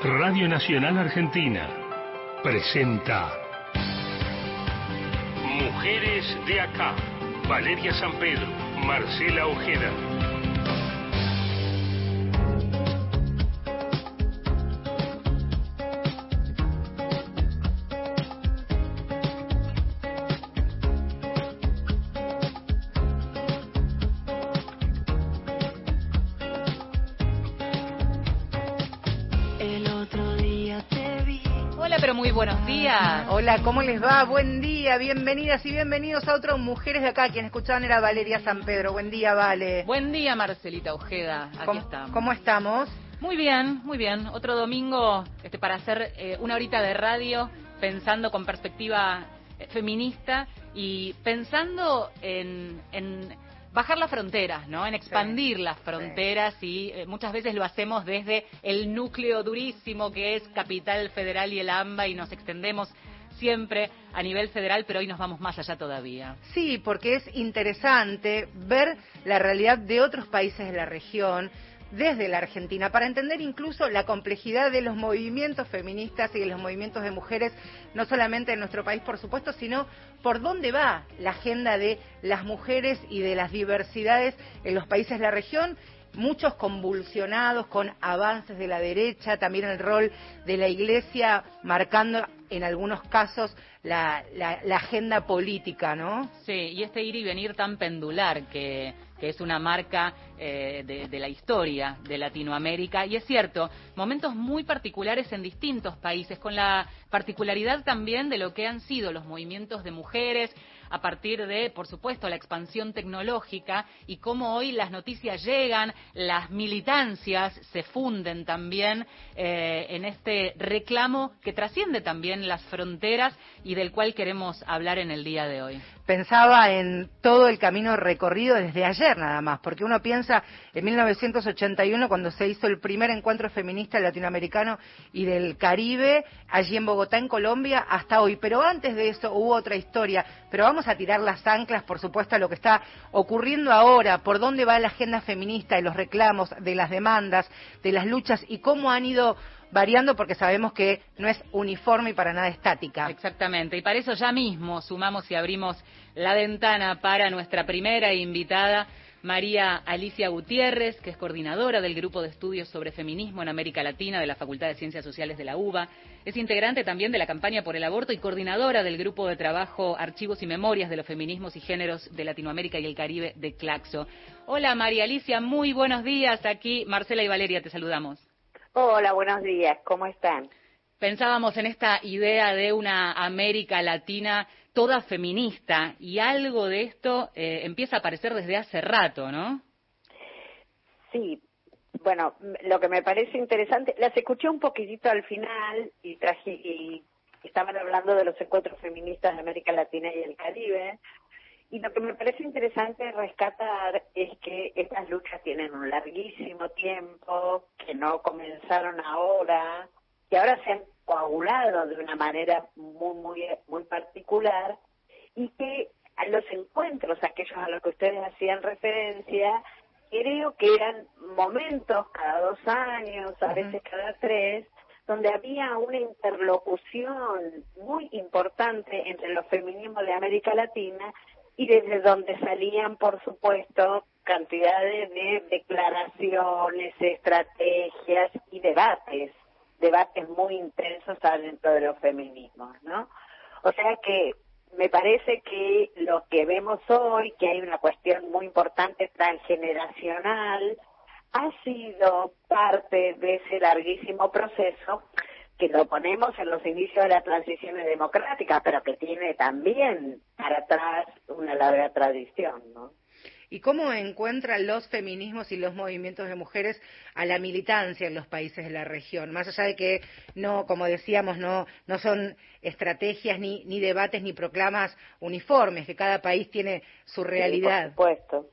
Radio Nacional Argentina presenta Mujeres de Acá. Valeria San Pedro, Marcela Ojeda. Buenos días. Hola, ¿cómo les va? Buen día, bienvenidas y bienvenidos a otros Mujeres de Acá. Quien escuchaban era Valeria San Pedro. Buen día, Vale. Buen día, Marcelita Ojeda. Aquí estamos. ¿Cómo estamos? Muy bien, muy bien. Otro domingo para hacer una horita de radio pensando con perspectiva feminista y pensando en bajar las fronteras, ¿no? En expandir las fronteras y muchas veces lo hacemos desde el núcleo durísimo que es Capital Federal y el AMBA y nos extendemos siempre a nivel federal, pero hoy nos vamos más allá todavía. Sí, porque es interesante ver la realidad de otros países de la región desde la Argentina, para entender incluso la complejidad de los movimientos feministas y de los movimientos de mujeres, no solamente en nuestro país, por supuesto, sino por dónde va la agenda de las mujeres y de las diversidades en los países de la región, muchos convulsionados con avances de la derecha, también el rol de la Iglesia marcando en algunos casos la agenda política, ¿no? Sí, y este ir y venir tan pendular que es una marca de la historia de Latinoamérica. Y es cierto, momentos muy particulares en distintos países, con la particularidad también de lo que han sido los movimientos de mujeres, a partir de, por supuesto, la expansión tecnológica y cómo hoy las noticias llegan, las militancias se funden también en este reclamo que trasciende también las fronteras y del cual queremos hablar en el día de hoy. Pensaba en todo el camino recorrido desde ayer nada más, porque uno piensa en 1981 cuando se hizo el primer encuentro feminista latinoamericano y del Caribe, allí en Bogotá, en Colombia, hasta hoy. Pero antes de eso hubo otra historia, pero vamos a tirar las anclas, por supuesto, a lo que está ocurriendo ahora, por dónde va la agenda feminista de los reclamos, de las demandas, de las luchas y cómo han ido variando, porque sabemos que no es uniforme y para nada estática. Exactamente, y para eso ya mismo sumamos y abrimos la ventana para nuestra primera invitada, María Alicia Gutiérrez, que es coordinadora del Grupo de Estudios sobre Feminismo en América Latina de la Facultad de Ciencias Sociales de la UBA. Es integrante también de la campaña por el aborto y coordinadora del Grupo de Trabajo Archivos y Memorias de los Feminismos y Géneros de Latinoamérica y el Caribe de Claxo. Hola María Alicia, muy buenos días. Aquí Marcela y Valeria te saludamos. Hola, buenos días, ¿cómo están? Pensábamos en esta idea de una América Latina toda feminista y algo de esto empieza a aparecer desde hace rato, ¿no? Sí, bueno, lo que me parece interesante, las escuché un poquitito al final y estaban hablando de los encuentros feministas de América Latina y el Caribe. Y lo que me parece interesante rescatar es que estas luchas tienen un larguísimo tiempo, que no comenzaron ahora, que ahora se han coagulado de una manera muy particular, y que a los encuentros, aquellos a los que ustedes hacían referencia, creo que eran momentos cada 2 años, a veces cada 3, donde había una interlocución muy importante entre los feminismos de América Latina y desde donde salían, por supuesto, cantidades de declaraciones, estrategias y debates muy intensos adentro de los feminismos, ¿no? O sea que me parece que lo que vemos hoy, que hay una cuestión muy importante transgeneracional, ha sido parte de ese larguísimo proceso que lo ponemos en los inicios de las transiciones democráticas, pero que tiene también para atrás una larga tradición, ¿no? ¿Y cómo encuentran los feminismos y los movimientos de mujeres a la militancia en los países de la región? Más allá de que no, como decíamos, no son estrategias ni debates ni proclamas uniformes, que cada país tiene su realidad. Sí, por supuesto.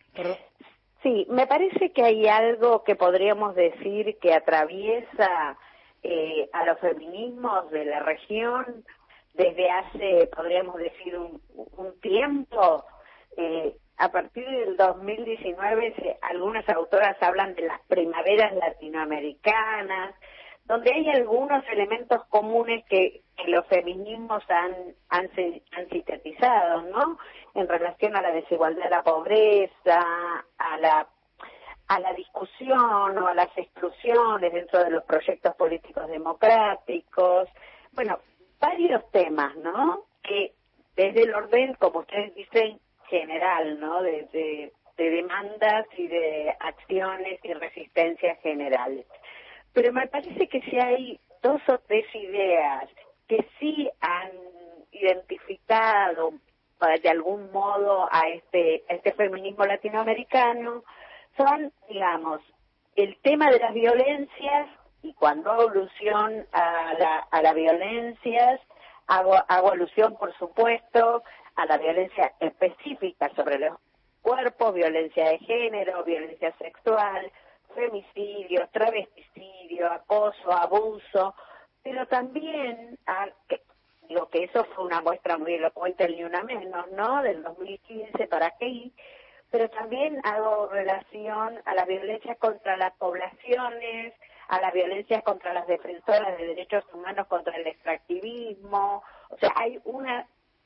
Sí, me parece que hay algo que podríamos decir que atraviesa a los feminismos de la región desde hace, podríamos decir, un tiempo. A partir del 2019, algunas autoras hablan de las primaveras latinoamericanas, donde hay algunos elementos comunes que los feminismos han sintetizado, ¿no? En relación a la desigualdad, a la pobreza, a la discusión o a las exclusiones dentro de los proyectos políticos democráticos. Bueno, varios temas, ¿no? Que desde el orden, como ustedes dicen, general, ¿no? De demandas y de acciones y resistencias generales. Pero me parece que si hay dos o tres ideas que sí han identificado de algún modo a este feminismo latinoamericano, son, digamos, el tema de las violencias, y cuando hago alusión a las violencias, hago alusión, por supuesto, a la violencia específica sobre los cuerpos, violencia de género, violencia sexual, femicidio, travesticidio, acoso, abuso, pero también, digo que eso fue una muestra muy elocuente, ni una menos, ¿no?, del 2015 para aquí, pero también hago relación a la violencia contra las poblaciones, a las violencias contra las defensoras de derechos humanos, contra el extractivismo. O sea, hay una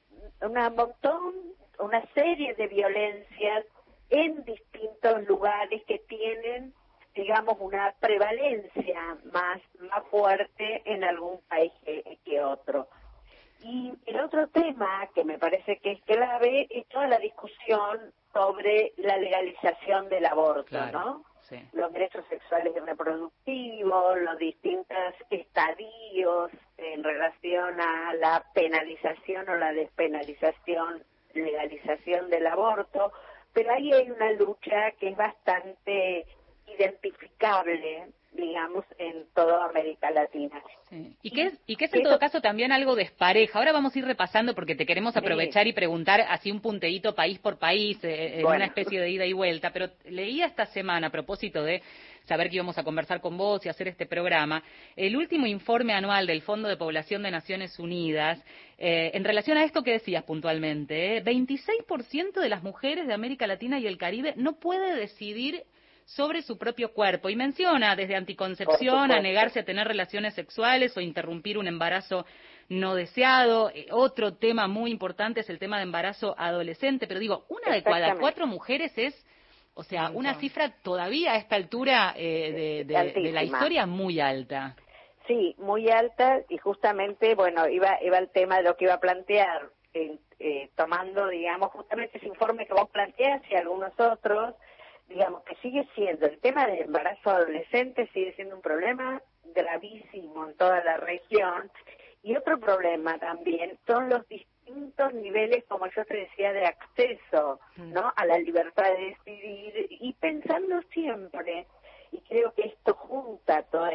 serie de violencias en distintos lugares que tienen, digamos, una prevalencia más fuerte en algún país que otro. Y el otro tema que me parece que es clave es toda la discusión sobre la legalización del aborto, claro, ¿no? Sí. Los derechos sexuales y reproductivos, los distintos estadios en relación a la penalización o la despenalización, legalización del aborto, pero ahí hay una lucha que es bastante identificable, digamos, en toda América Latina. Sí. Y que es en todo caso también algo despareja. Ahora vamos a ir repasando porque te queremos aprovechar y preguntar así un punteíto país por país, en una especie de ida y vuelta, pero leía esta semana a propósito de saber que íbamos a conversar con vos y hacer este programa, el último informe anual del Fondo de Población de Naciones Unidas, en relación a esto que decías puntualmente, 26% de las mujeres de América Latina y el Caribe no puede decidir sobre su propio cuerpo, y menciona desde anticoncepción a negarse a tener relaciones sexuales o interrumpir un embarazo no deseado. Otro tema muy importante es el tema de embarazo adolescente, pero digo, una de cada 4 mujeres es, o sea, una cifra todavía a esta altura de la historia muy alta. Sí, muy alta, y justamente, bueno, iba el tema de lo que iba a plantear, tomando, digamos, justamente ese informe que vos planteás y algunos otros, digamos, que sigue siendo el tema del embarazo adolescente, sigue siendo un problema gravísimo en toda la región. Y otro problema también son los distintos niveles, como yo te decía, de acceso, ¿no?, a la libertad de decidir, y pensando siempre, y creo que esto junta todos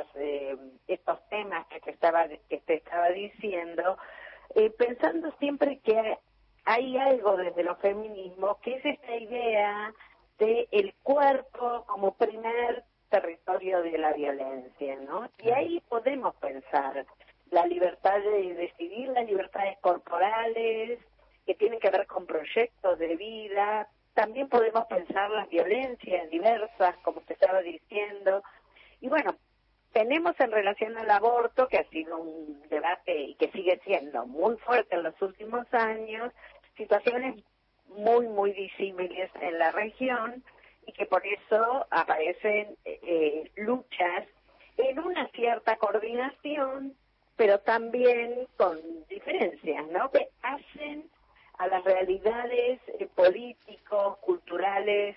estos temas que te estaba diciendo, pensando siempre que hay algo desde los feminismos, que es esta idea de el cuerpo como primer territorio de la violencia, ¿no? Y ahí podemos pensar la libertad de decidir, las libertades corporales, que tienen que ver con proyectos de vida. También podemos pensar las violencias diversas, como te estaba diciendo. Y bueno, tenemos en relación al aborto, que ha sido un debate y que sigue siendo muy fuerte en los últimos años, situaciones muy disímiles en la región, y que por eso aparecen luchas en una cierta coordinación, pero también con diferencias, ¿no?, que hacen a las realidades políticos, culturales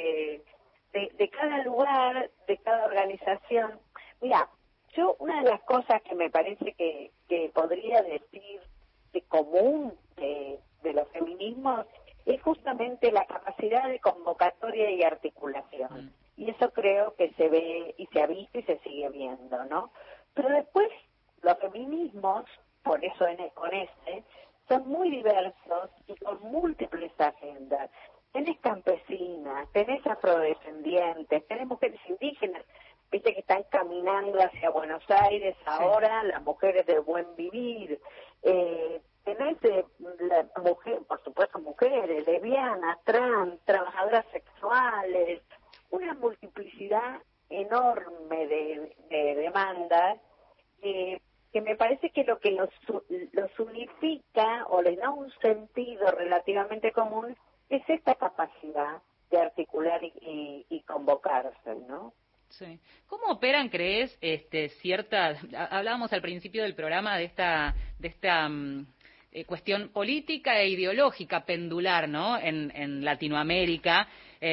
de cada lugar, de cada organización. Mira, yo una de las cosas que me parece que podría decir de común de los feminismos es justamente la capacidad de convocatoria y articulación. Y eso creo que se ve y se ha visto y se sigue viendo, ¿no? Pero después los feminismos, por eso con son muy diversos y con múltiples agendas. Tenés campesinas, tenés afrodescendientes, tenés mujeres indígenas, viste que están caminando hacia Buenos Aires ahora, las mujeres del buen vivir, tenés por supuesto lesbianas, trans, trabajadoras sexuales, una multiplicidad enorme de demandas, que me parece que lo que los unifica o les da un sentido relativamente común es esta capacidad de articular y convocarse, ¿no? Sí. ¿Cómo operan, crees, hablábamos al principio del programa de esta cuestión política e ideológica pendular, ¿no? En Latinoamérica,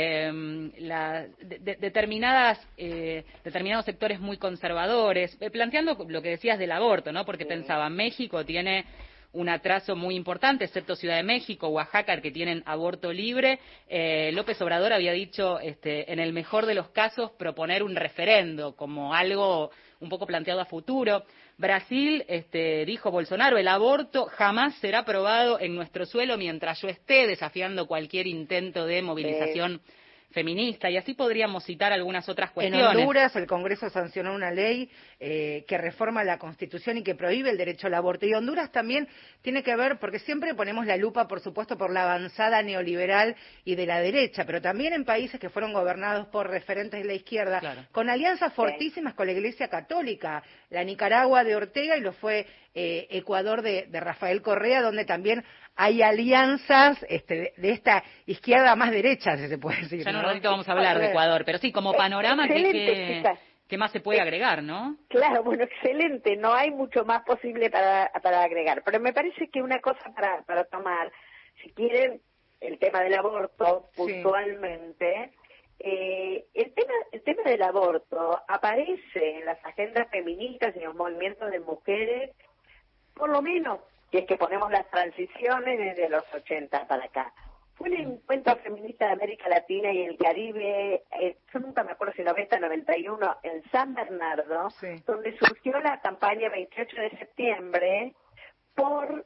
determinados sectores muy conservadores, planteando lo que decías del aborto, ¿no? Porque pensaba, México tiene un atraso muy importante, excepto Ciudad de México, Oaxaca, que tienen aborto libre. López Obrador había dicho, en el mejor de los casos, proponer un referendo como algo un poco planteado a futuro. Brasil, dijo Bolsonaro, el aborto jamás será aprobado en nuestro suelo mientras yo esté, desafiando cualquier intento de movilización feminista, y así podríamos citar algunas otras cuestiones. En Honduras el Congreso sancionó una ley que reforma la Constitución y que prohíbe el derecho al aborto. Y Honduras también tiene que ver, porque siempre ponemos la lupa, por supuesto, por la avanzada neoliberal y de la derecha, pero también en países que fueron gobernados por referentes de la izquierda, claro, con alianzas fortísimas con la Iglesia Católica, la Nicaragua de Ortega y lo fue Ecuador de Rafael Correa, donde también hay alianzas de esta izquierda más derecha, si se puede decir. Ya en un ratito vamos a hablar de Ecuador, pero sí, como panorama, ¿qué más se puede agregar, no? Claro, bueno, excelente, no hay mucho más posible para agregar, pero me parece que una cosa para tomar, si quieren, el tema del aborto, puntualmente, el tema del aborto aparece en las agendas feministas y en los movimientos de mujeres, por lo menos, si es que ponemos las transiciones desde los 80 para acá. Fue un encuentro feminista de América Latina y el Caribe, yo nunca me acuerdo si 90, 91, en San Bernardo, donde surgió la campaña 28 de septiembre por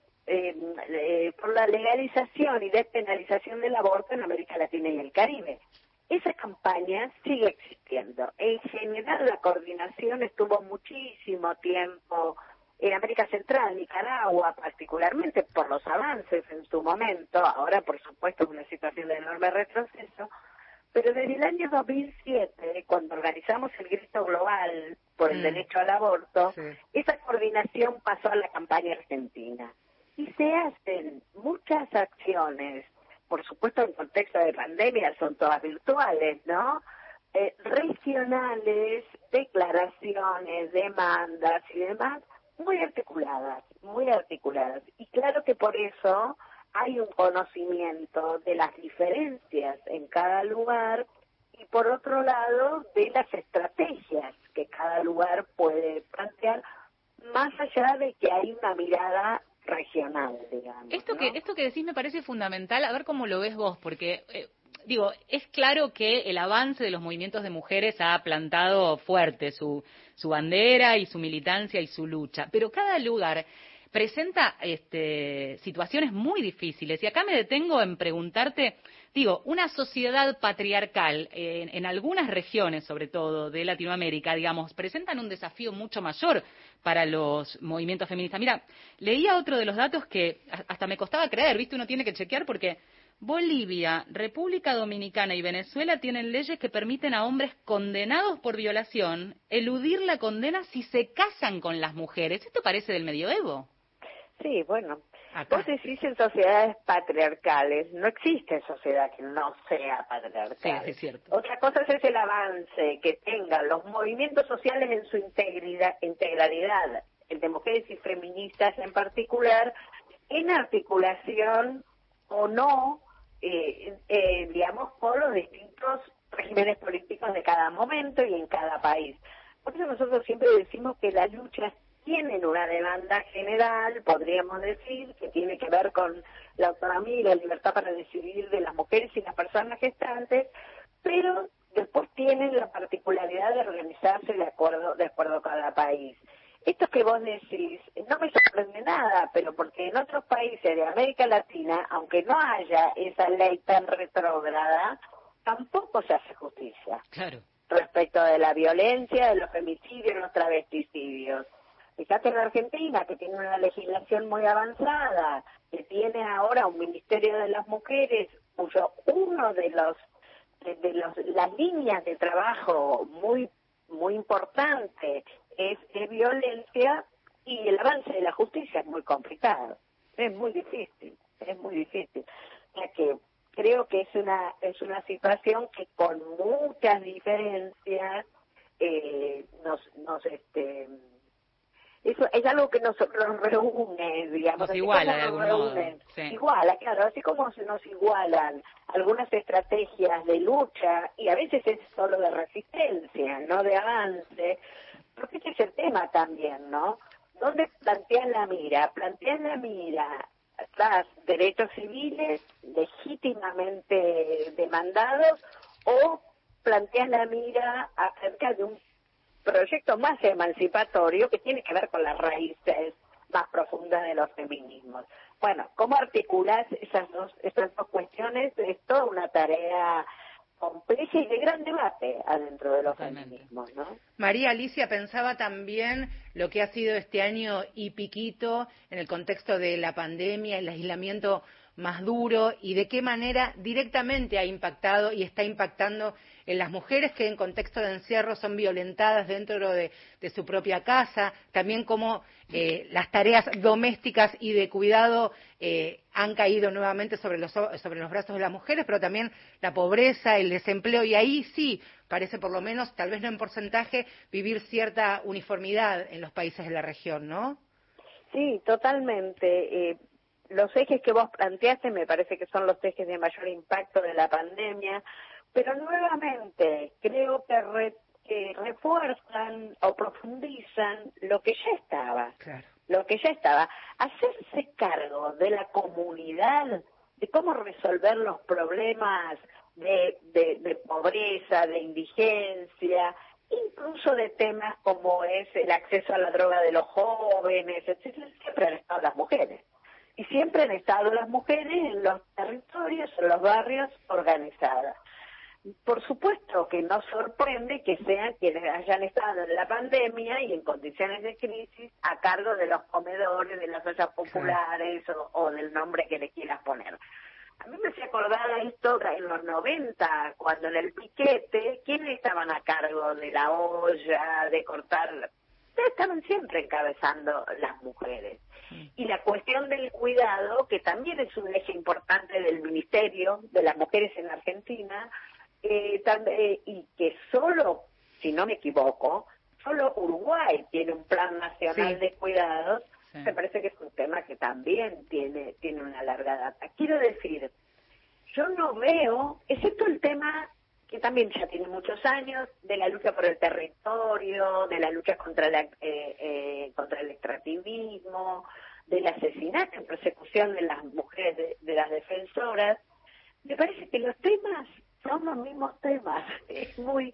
la legalización y despenalización del aborto en América Latina y el Caribe. Esa campaña sigue existiendo. En general, la coordinación estuvo muchísimo tiempo en América Central, Nicaragua, particularmente por los avances en su momento, ahora por supuesto es una situación de enorme retroceso, pero desde el año 2007, cuando organizamos el grito global por el derecho al aborto, esa coordinación pasó a la campaña argentina. Y se hacen muchas acciones, por supuesto en contexto de pandemia son todas virtuales, ¿no? Regionales, declaraciones, demandas y demás, muy articuladas. Y claro que por eso hay un conocimiento de las diferencias en cada lugar y por otro lado de las estrategias que cada lugar puede plantear, más allá de que hay una mirada regional, digamos. Esto que decís me parece fundamental, a ver cómo lo ves vos, porque es claro que el avance de los movimientos de mujeres ha plantado fuerte su bandera y su militancia y su lucha, pero cada lugar presenta situaciones muy difíciles, y acá me detengo en preguntarte, una sociedad patriarcal en algunas regiones, sobre todo de Latinoamérica, presentan un desafío mucho mayor para los movimientos feministas. Mira, leía otro de los datos que hasta me costaba creer, uno tiene que chequear porque Bolivia, República Dominicana y Venezuela tienen leyes que permiten a hombres condenados por violación eludir la condena si se casan con las mujeres. ¿Esto parece del medioevo? Sí, bueno, vos decís en sociedades patriarcales, no existe sociedad que no sea patriarcal. Sí, es cierto. Otra cosa es el avance que tengan los movimientos sociales en su integralidad, el de mujeres y feministas en particular, en articulación o no, por los distintos regímenes políticos de cada momento y en cada país. Por eso nosotros siempre decimos que las luchas tienen una demanda general, podríamos decir, que tiene que ver con la autonomía y la libertad para decidir de las mujeres y las personas gestantes, pero después tienen la particularidad de organizarse de acuerdo a cada país. Esto que vos decís no me sorprende nada, pero porque en otros países de América Latina, aunque no haya esa ley tan retrógrada, tampoco se hace justicia. Claro. Respecto de la violencia, de los femicidios, los travesticidios. Fíjate en Argentina, que tiene una legislación muy avanzada, que tiene ahora un Ministerio de las Mujeres, cuyo uno de las líneas de trabajo muy muy importante es violencia, y el avance de la justicia es muy complicado, es muy difícil. O sea que creo que es una situación que con muchas diferencias eso es algo que nos reúne, digamos. Nos iguala de algún modo. Sí. Iguala, claro, así como se nos igualan algunas estrategias de lucha, y a veces es solo de resistencia, no de avance, porque ese es el tema también, ¿no? ¿Dónde plantean la mira? Plantean la mira tras derechos civiles legítimamente demandados, o plantean la mira acerca de un proyecto más emancipatorio que tiene que ver con las raíces más profundas de los feminismos. Bueno, ¿cómo articular esas dos cuestiones? Es toda una tarea compleja y de gran debate adentro de los feminismos, ¿no? María Alicia, pensaba también lo que ha sido este año y piquito en el contexto de la pandemia, el aislamiento más duro, y de qué manera directamente ha impactado y está impactando en las mujeres que en contexto de encierro son violentadas dentro de su propia casa, también cómo las tareas domésticas y de cuidado han caído nuevamente sobre los brazos de las mujeres, pero también la pobreza, el desempleo, y ahí sí parece, por lo menos, tal vez no en porcentaje, vivir cierta uniformidad en los países de la región, ¿no? Sí, totalmente. Los ejes que vos planteaste me parece que son los ejes de mayor impacto de la pandemia, pero nuevamente creo que refuerzan o profundizan lo que ya estaba. Claro. Lo que ya estaba. Hacerse cargo de la comunidad, de cómo resolver los problemas de pobreza, de indigencia, incluso de temas como es el acceso a la droga de los jóvenes, etcétera, siempre han estado las mujeres. Y siempre han estado las mujeres en los territorios, en los barrios, organizadas. Por supuesto que no sorprende que sean quienes hayan estado en la pandemia y en condiciones de crisis a cargo de los comedores, de las ollas populares o del nombre que le quieras poner. A mí me hace acordar a esto en los 90, cuando en el piquete, ¿quiénes estaban a cargo de la olla, de cortar? Estaban siempre encabezando las mujeres. Y la cuestión del cuidado, que también es un eje importante del Ministerio de las Mujeres en Argentina, y que solo, si no me equivoco, solo Uruguay tiene un plan nacional de cuidados. Me parece que es un tema que también tiene una larga data. Quiero decir, yo no veo, excepto el tema que también ya tiene muchos años, de la lucha por el territorio, de la lucha contra el extractivismo, del asesinato y persecución de las mujeres, de las defensoras. Me parece que los temas son los mismos temas. Es muy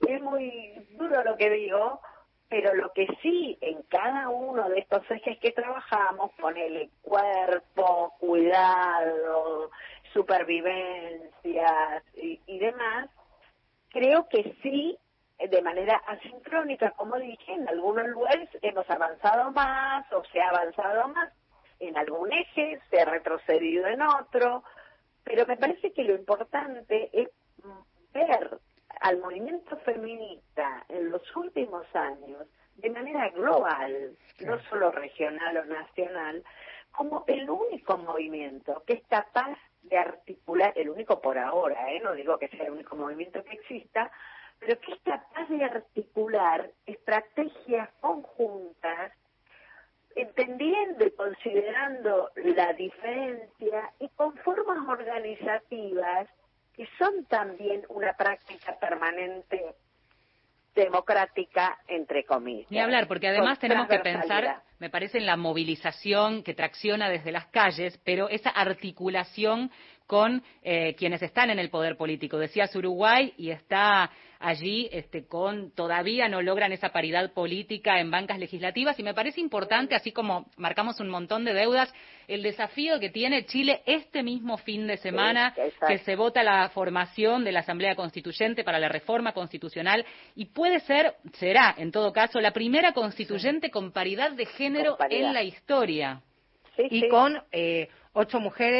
duro lo que digo, pero lo que sí, en cada uno de estos ejes que trabajamos, ponele cuerpo, cuidado, supervivencia y demás, creo que sí, de manera asincrónica, como dije, en algunos lugares hemos avanzado más o se ha avanzado más en algún eje, se ha retrocedido en otro, pero me parece que lo importante es ver al movimiento feminista en los últimos años de manera global, no solo regional o nacional, como el único movimiento que es capaz de articular, el único por ahora, no digo que sea el único movimiento que exista, pero que es capaz de articular estrategias conjuntas, entendiendo y considerando la diferencia y con formas organizativas que son también una práctica permanente democrática, entre comillas. Ni hablar, porque además tenemos que pensar, me parece, en la movilización que tracciona desde las calles, pero esa articulación con quienes están en el poder político. Decías Uruguay y está allí todavía no logran esa paridad política en bancas legislativas, y me parece importante, así como marcamos un montón de deudas, el desafío que tiene Chile este mismo fin de semana, que se vota la formación de la Asamblea Constituyente para la reforma constitucional, y será en todo caso la primera constituyente con paridad de género en la historia. Y con 8 mujeres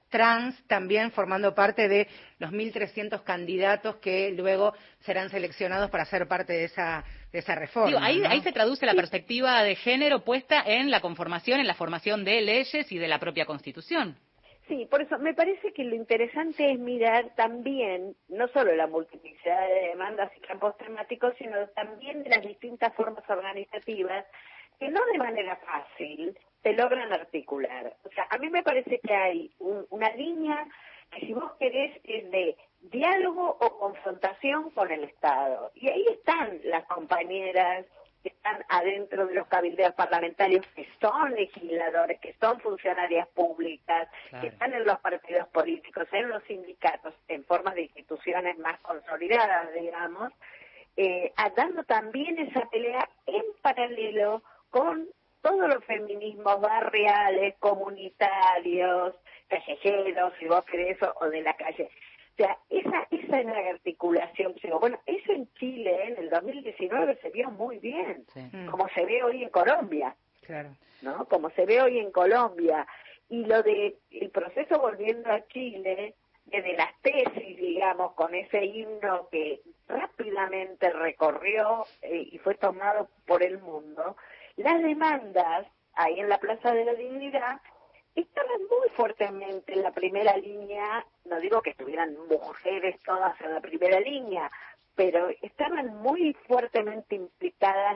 trans también formando parte de los 1.300 candidatos que luego serán seleccionados para ser parte de esa reforma. Digo, ahí, ¿no? ahí se traduce la perspectiva de género puesta en la conformación, en la formación de leyes y de la propia Constitución. Sí, por eso me parece que lo interesante es mirar también, no solo la multiplicidad de demandas y campos temáticos, sino también de las distintas formas organizativas que no de manera fácil se logran articular. O sea, a mí me parece que hay una línea que, si vos querés, es de diálogo o confrontación con el Estado. Y ahí están las compañeras que están adentro de los cabildeos parlamentarios, que son legisladores, que son funcionarias públicas, claro, que están en los partidos políticos, en los sindicatos, en formas de instituciones más consolidadas, digamos, dando también esa pelea en paralelo con todos los feminismos barriales, comunitarios, callejeros, si vos querés, o de la calle. O sea, esa es la articulación. Bueno, eso en Chile en el 2019 se vio muy bien, sí, como se ve hoy en Colombia, Claro. ¿no? Como se ve hoy en Colombia. Y lo de el proceso volviendo a Chile, desde las tesis, digamos, con ese himno que rápidamente recorrió y fue tomado por el mundo, las demandas ahí en la Plaza de la Dignidad estaban muy fuertemente en la primera línea. No digo que estuvieran mujeres todas en la primera línea, pero estaban muy fuertemente implicadas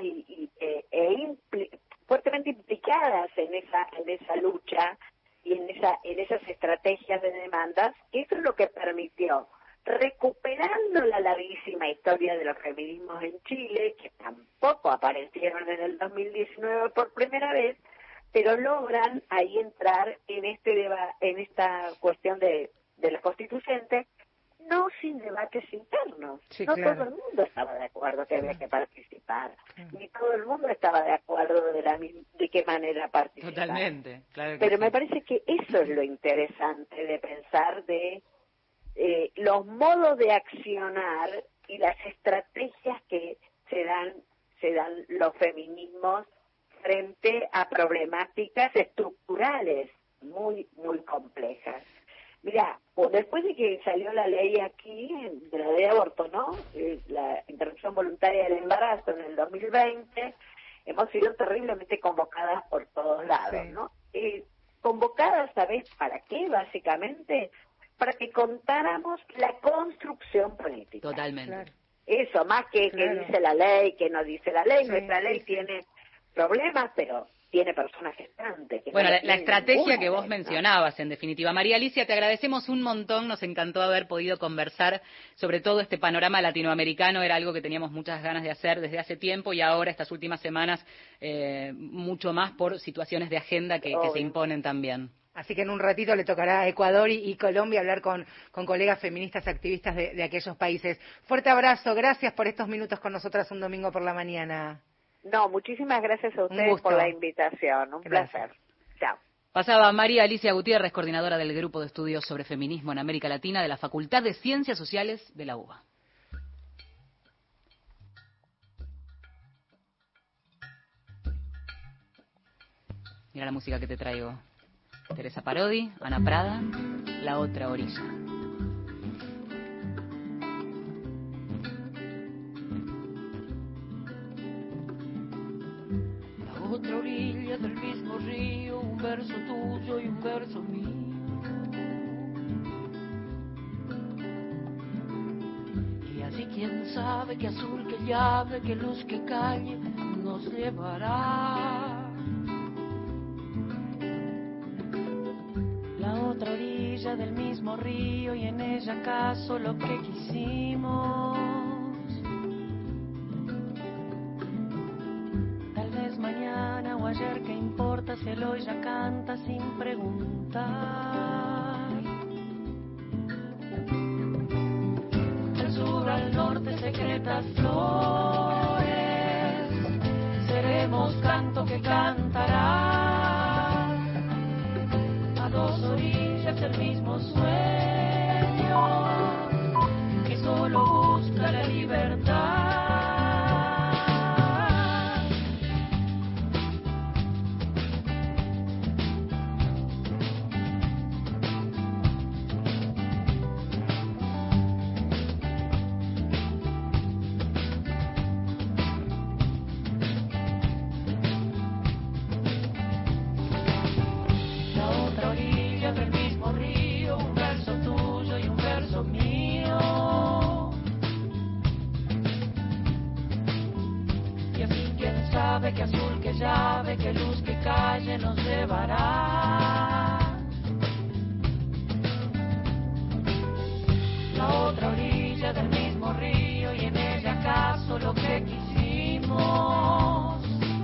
fuertemente implicadas en esa lucha y en esas estrategias de demandas, que eso es lo que permitió, recuperando la larguísima historia de los feminismos en Chile, que tampoco aparecieron en el 2019 por primera vez, pero logran ahí entrar en esta cuestión de la constituyente, no sin debates internos. Sí, No claro. todo el mundo estaba de acuerdo que había que participar, ni todo el mundo estaba de acuerdo de qué manera participar. totalmente, claro que Pero sí. me parece que eso es lo interesante de pensar de los modos de accionar y las estrategias que se dan los feminismos frente a problemáticas estructurales muy, muy complejas. Mira, después de que salió la ley aquí, de la ley de aborto, ¿no? La interrupción voluntaria del embarazo en el 2020, hemos sido terriblemente convocadas por todos lados, Sí. ¿no? Convocadas, ¿sabes para qué? Básicamente, para que contáramos la construcción política. Totalmente. Claro. Eso, más que Claro. dice la ley, que no dice la ley. Sí, Nuestra ley sí. tiene problemas, pero tiene personas gestantes. Que Bueno, no la tienen estrategia ninguna que vos ley, ¿no? mencionabas, en definitiva. María Alicia, te agradecemos un montón, nos encantó haber podido conversar sobre todo este panorama latinoamericano, era algo que teníamos muchas ganas de hacer desde hace tiempo y ahora, estas últimas semanas, mucho más por situaciones de agenda que se Obvio. imponen también. Así que en un ratito le tocará a Ecuador y Colombia hablar con colegas feministas activistas de aquellos países. Fuerte abrazo, gracias por estos minutos con nosotras un domingo por la mañana. No, muchísimas gracias a ustedes gusto. por la invitación. Un Gracias. placer. Chao. Pasaba María Alicia Gutiérrez, coordinadora del Grupo de Estudios sobre Feminismo en América Latina de la Facultad de Ciencias Sociales de la UBA. Mira la música que te traigo. Teresa Parodi, Ana Prada, La Otra Orilla. La otra orilla del mismo río, un verso tuyo y un verso mío. Y así quién sabe qué azul que llave, qué luz que calle nos llevará. La otra orilla del mismo río y en ella acaso lo que quisimos. Tal vez mañana o ayer, ¿qué importa si el hoy ya canta sin preguntar? Del sur al norte secretas flores, seremos canto que cantará. A dos orillas el mismo sueño, que solo busca la libertad. sabe, que azul, que llave, que luz, que calle nos llevará. La otra orilla del mismo río y en ella acaso lo que quisimos.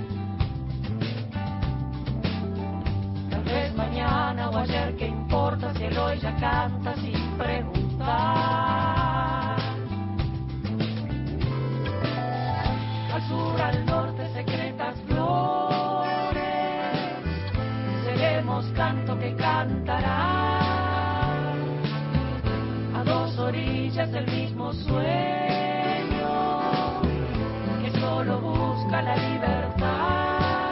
Tal vez mañana o ayer, ¿qué importa si el hoy ya canta sin preguntar? Al sur, al norte, secretas flores, seremos canto que cantará. A dos orillas del mismo sueño, que solo busca la libertad.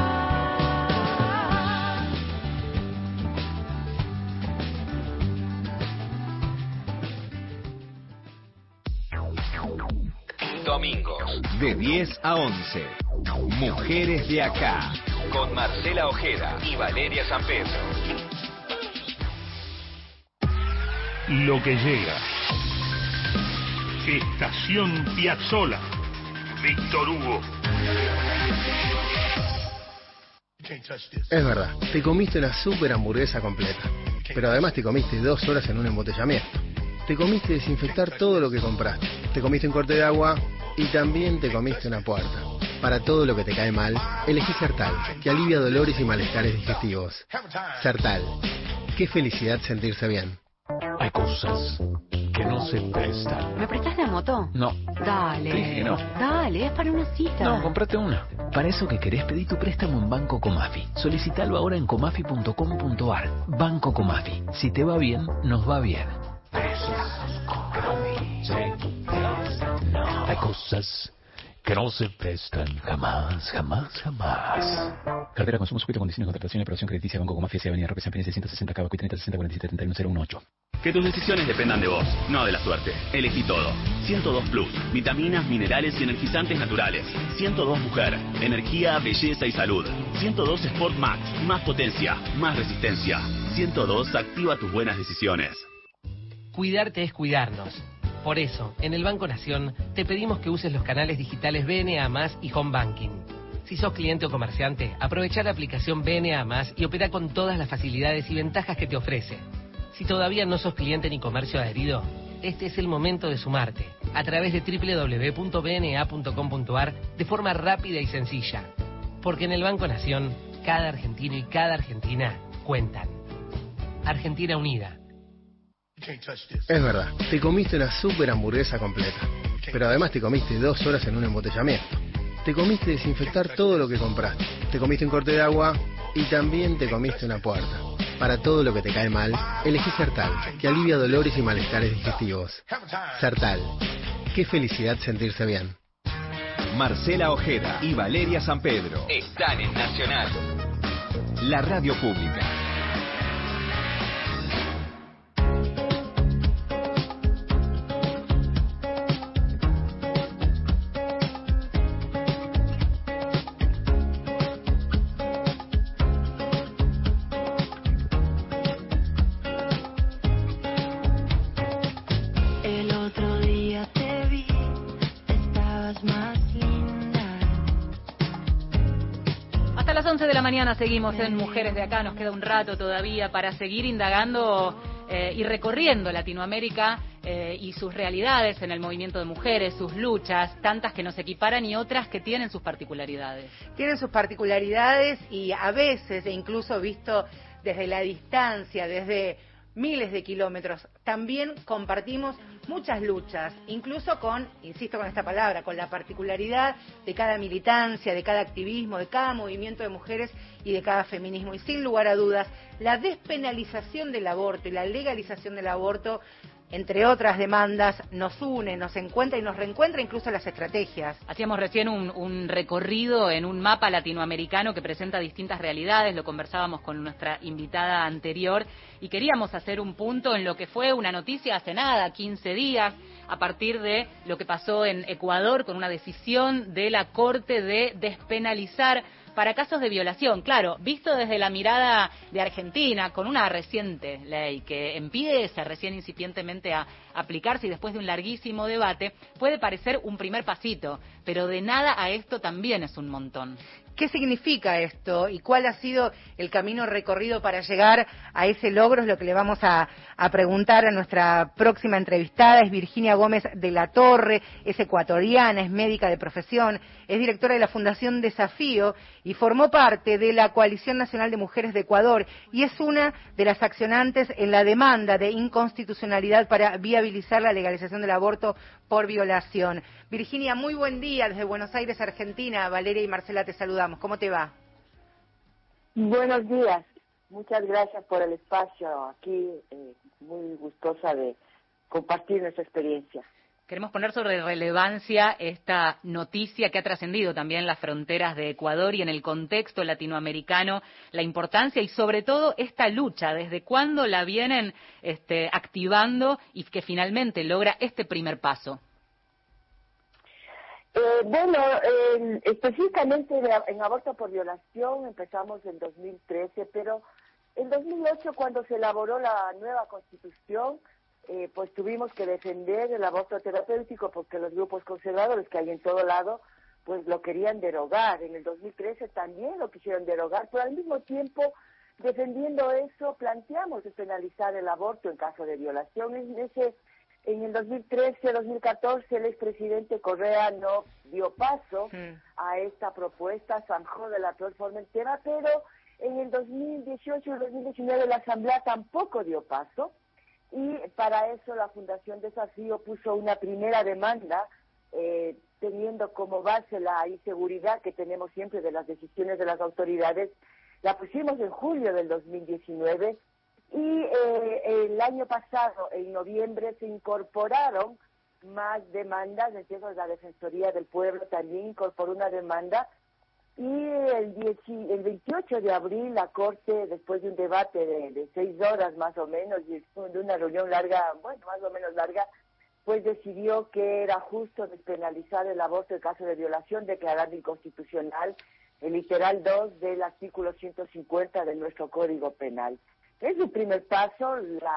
Domingos, de 10 a 11. Mujeres de Acá, con Marcela Ojeda y Valeria San Pedro. Lo que llega. Estación Piazzolla. Víctor Hugo. Es verdad, te comiste una super hamburguesa completa, pero además te comiste 2 horas en un embotellamiento. Te comiste desinfectar todo lo que compraste. Te comiste un corte de agua y también te comiste una puerta. Para todo lo que te cae mal, elegí Sertal, que alivia dolores y malestares digestivos. Sertal. Qué felicidad sentirse bien. Hay cosas que no se prestan. ¿Me prestás la moto? No. Dale. Te dije que no. Dale, es para una cita. No, comprate una. Para eso que querés, pedí tu préstamo en Banco Comafi. Solicítalo ahora en comafi.com.ar. Banco Comafi. Si te va bien, nos va bien. Hay cosas que no se prestan jamás, jamás, jamás. Cartera de consumo sujeto a condiciones de contratación y aprobación crediticia. Banco Comafi, Avenida Roque San Pérez 660 Cabo 30 60 47 31 018. Que tus decisiones dependan de vos, no de la suerte. Elegí todo. 102 Plus, vitaminas, minerales y energizantes naturales. 102 Mujer, energía, belleza y salud. 102 Sport Max, más potencia, más resistencia. 102 activa tus buenas decisiones. Cuidarte es cuidarnos. Por eso, en el Banco Nación, te pedimos que uses los canales digitales BNA+, y Home Banking. Si sos cliente o comerciante, aprovecha la aplicación BNA+, y opera con todas las facilidades y ventajas que te ofrece. Si todavía no sos cliente ni comercio adherido, este es el momento de sumarte, a través de www.bna.com.ar, de forma rápida y sencilla. Porque en el Banco Nación, cada argentino y cada argentina cuentan. Argentina Unida. Es verdad, te comiste una super hamburguesa completa, pero además te comiste 2 horas en un embotellamiento. Te comiste desinfectar todo lo que compraste. Te comiste un corte de agua y también te comiste una puerta. Para todo lo que te cae mal, elegí Sertal, que alivia dolores y malestares digestivos. Sertal. Qué felicidad sentirse bien. Marcela Ojeda y Valeria San Pedro están en Nacional, la radio pública. Mañana seguimos en Mujeres de Acá, nos queda un rato todavía para seguir indagando y recorriendo Latinoamérica y sus realidades en el movimiento de mujeres, sus luchas, tantas que nos equiparan y otras que tienen sus particularidades. Tienen sus particularidades y a veces, e incluso visto desde la distancia, desde miles de kilómetros, también compartimos muchas luchas, incluso con, insisto con esta palabra, con la particularidad de cada militancia, de cada activismo, de cada movimiento de mujeres y de cada feminismo. Y sin lugar a dudas, la despenalización del aborto y la legalización del aborto, entre otras demandas, nos une, nos encuentra y nos reencuentra incluso las estrategias. Hacíamos recién un recorrido en un mapa latinoamericano que presenta distintas realidades, lo conversábamos con nuestra invitada anterior y queríamos hacer un punto en lo que fue una noticia hace nada, 15 días, a partir de lo que pasó en Ecuador con una decisión de la Corte de despenalizar para casos de violación, claro, visto desde la mirada de Argentina, con una reciente ley que empieza recién incipientemente a aplicarse y después de un larguísimo debate, puede parecer un primer pasito, pero de nada a esto también es un montón. ¿Qué significa esto y cuál ha sido el camino recorrido para llegar a ese logro? Es lo que le vamos a preguntar a nuestra próxima entrevistada. Es Virginia Gómez de la Torre, es ecuatoriana, es médica de profesión, es directora de la Fundación Desafío y formó parte de la Coalición Nacional de Mujeres de Ecuador y es una de las accionantes en la demanda de inconstitucionalidad para viabilizar la legalización del aborto por violación. Virginia, muy buen día desde Buenos Aires, Argentina. Valeria y Marcela te saludamos. ¿Cómo te va? Buenos días. Muchas gracias por el espacio aquí. Muy gustosa de compartir nuestra experiencia. Queremos poner sobre relevancia esta noticia que ha trascendido también las fronteras de Ecuador y en el contexto latinoamericano, la importancia y sobre todo esta lucha, desde cuándo la vienen activando y que finalmente logra este primer paso. Específicamente en aborto por violación empezamos en 2013, pero en 2008 cuando se elaboró la nueva Constitución, pues tuvimos que defender el aborto terapéutico porque los grupos conservadores que hay en todo lado, pues lo querían derogar. En el 2013 también lo quisieron derogar, pero al mismo tiempo, defendiendo eso, planteamos despenalizar el aborto en caso de violación. En el 2013-2014 el expresidente Correa no dio paso a esta propuesta, zanjó de la peor forma entera, pero en el 2018 y 2019 la Asamblea tampoco dio paso y para eso la Fundación Desafío puso una primera demanda teniendo como base la inseguridad que tenemos siempre de las decisiones de las autoridades. La pusimos en julio del 2019 y el año pasado, en noviembre, se incorporaron más demandas. Entonces la Defensoría del Pueblo también incorporó una demanda y el 28 de abril la Corte, después de un debate de 6 horas más o menos y de una reunión larga, bueno, más o menos larga, pues decidió que era justo despenalizar el aborto en caso de violación, declarando inconstitucional el literal 2 del artículo 150 de nuestro Código Penal. Es un primer paso,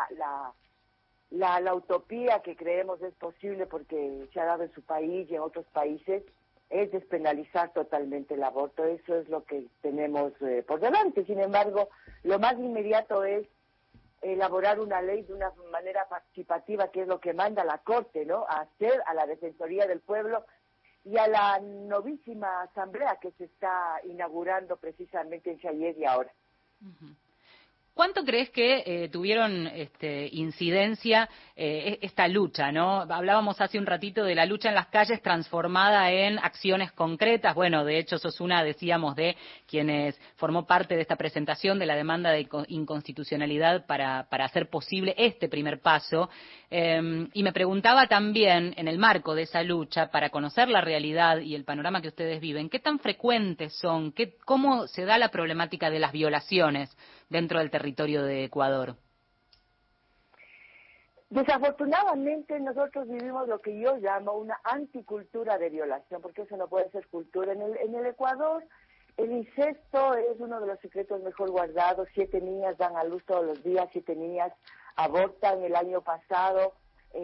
la utopía que creemos es posible porque se ha dado en su país y en otros países, es despenalizar totalmente el aborto. Eso es lo que tenemos por delante. Sin embargo, lo más inmediato es elaborar una ley de una manera participativa, que es lo que manda la Corte, ¿no? A hacer a la Defensoría del Pueblo y a la novísima asamblea que se está inaugurando precisamente en Chayet y ahora. Uh-huh. ¿Cuánto crees que tuvieron incidencia esta lucha, ¿no? Hablábamos hace un ratito de la lucha en las calles transformada en acciones concretas. Bueno, de hecho, sos una, decíamos, de quienes formó parte de esta presentación de la demanda de inconstitucionalidad para hacer posible este primer paso. Y me preguntaba también, en el marco de esa lucha, para conocer la realidad y el panorama que ustedes viven, ¿qué tan frecuentes son? ¿Cómo se da la problemática de las violaciones dentro del territorio de Ecuador? Desafortunadamente nosotros vivimos lo que yo llamo una anticultura de violación, porque eso no puede ser cultura. En el Ecuador el incesto es uno de los secretos mejor guardados. 7 niñas dan a luz todos los días, 7 niñas abortan. El año pasado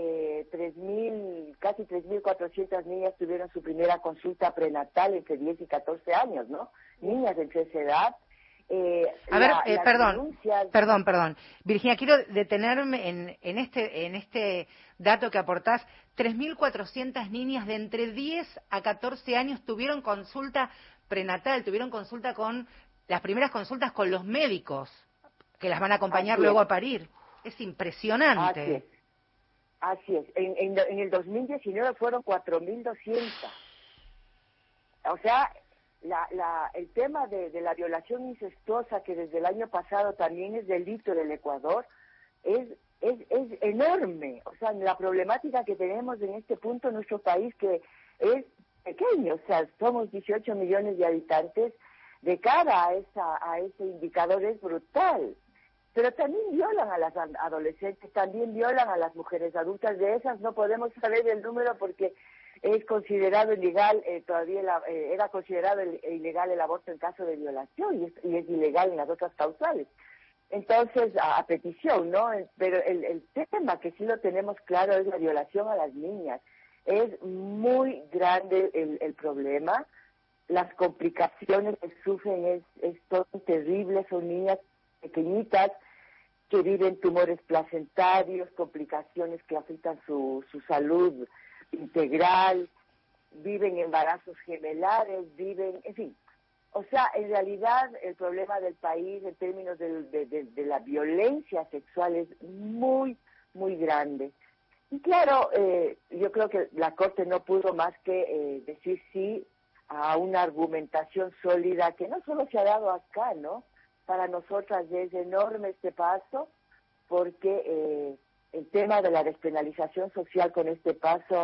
casi 3.400 niñas tuvieron su primera consulta prenatal entre 10 y 14 años, ¿no? Niñas de esa edad. Perdón. Virginia, quiero detenerme en este dato que aportás. 3.400 niñas de entre 10 a 14 años tuvieron consulta prenatal, tuvieron consulta las primeras consultas con los médicos que las van a acompañar luego a parir. Es impresionante. Así es. En el 2019 fueron 4.200. O sea, el tema de la violación incestuosa, que desde el año pasado también es delito en el Ecuador, es enorme. O sea, la problemática que tenemos en este punto en nuestro país, que es pequeño, o sea, somos 18 millones de habitantes, de cara a ese indicador es brutal. Pero también violan a las adolescentes, también violan a las mujeres adultas. De esas no podemos saber el número porque es considerado ilegal, era considerado ilegal el aborto en caso de violación y es ilegal en las otras causales. Entonces, a petición, ¿no? Pero el tema que sí lo tenemos claro es la violación a las niñas. Es muy grande el problema. Las complicaciones que sufren son terribles. Son niñas pequeñitas que viven tumores placentarios, complicaciones que afectan su salud integral, viven embarazos gemelares, en fin. O sea, en realidad el problema del país en términos de la violencia sexual es muy, muy grande. Y claro, yo creo que la Corte no pudo más que decir sí a una argumentación sólida que no solo se ha dado acá, ¿no? Para nosotras es enorme este paso, porque el tema de la despenalización social con este paso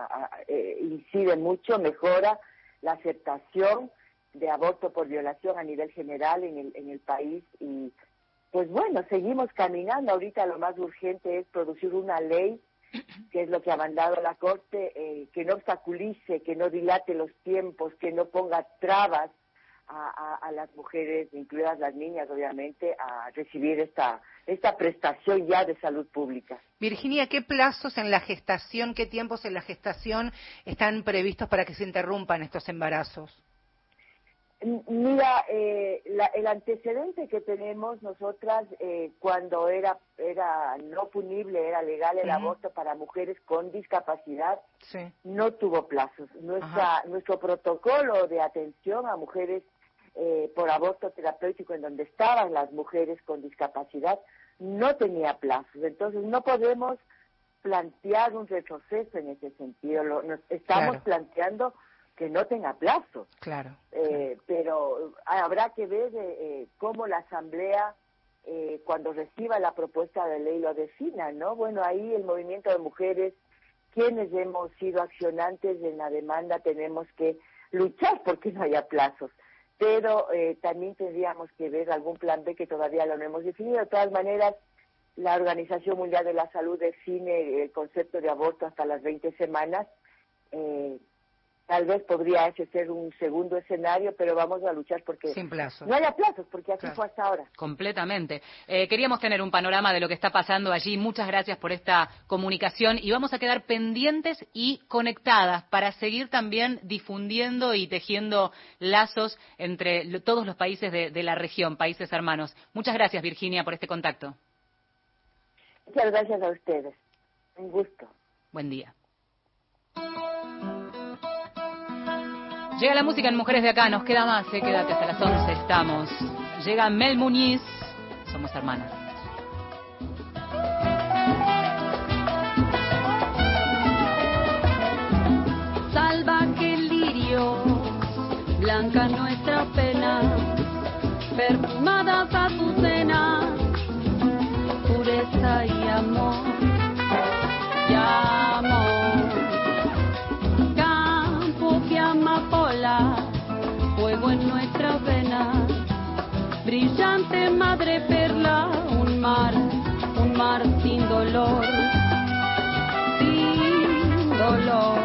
incide mucho, mejora la aceptación de aborto por violación a nivel general en el país. Y pues bueno, seguimos caminando. Ahorita lo más urgente es producir una ley, que es lo que ha mandado la Corte, que no obstaculice, que no dilate los tiempos, que no ponga trabas a las mujeres, incluidas las niñas, obviamente, a recibir esta prestación ya de salud pública. Virginia, ¿qué plazos en la gestación, qué tiempos en la gestación están previstos para que se interrumpan estos embarazos? Mira, el antecedente que tenemos nosotras, cuando era no punible, era legal el aborto para mujeres con discapacidad, no tuvo plazos. Nuestro protocolo de atención a mujeres por aborto terapéutico, en donde estaban las mujeres con discapacidad, no tenía plazos. Entonces no podemos plantear un retroceso en ese sentido. Estamos planteando que no tenga plazo. Claro. Pero habrá que ver cómo la Asamblea, cuando reciba la propuesta de ley, lo defina, ¿no? Bueno, ahí el movimiento de mujeres, quienes hemos sido accionantes en la demanda, tenemos que luchar porque no haya plazos. Pero también tendríamos que ver algún plan B que todavía lo no hemos definido. De todas maneras, la Organización Mundial de la Salud define el concepto de aborto hasta las 20 semanas. Tal vez podría ese ser un segundo escenario, pero vamos a luchar porque sin plazos. No haya plazos, porque así fue hasta ahora. Completamente. Queríamos tener un panorama de lo que está pasando allí. Muchas gracias por esta comunicación y vamos a quedar pendientes y conectadas para seguir también difundiendo y tejiendo lazos entre todos los países de la región, países hermanos. Muchas gracias, Virginia, por este contacto. Muchas gracias a ustedes. Un gusto. Buen día. Llega la música en Mujeres de Acá, nos queda más, quédate hasta las 11 estamos. Llega Mel Muñiz, somos hermanas. Salvaje lirio, blanca nuestra pena, perfumadas azucenas, pureza y amor, y amor. Fuego en nuestra vena, brillante madre perla, un mar sin dolor, sin dolor.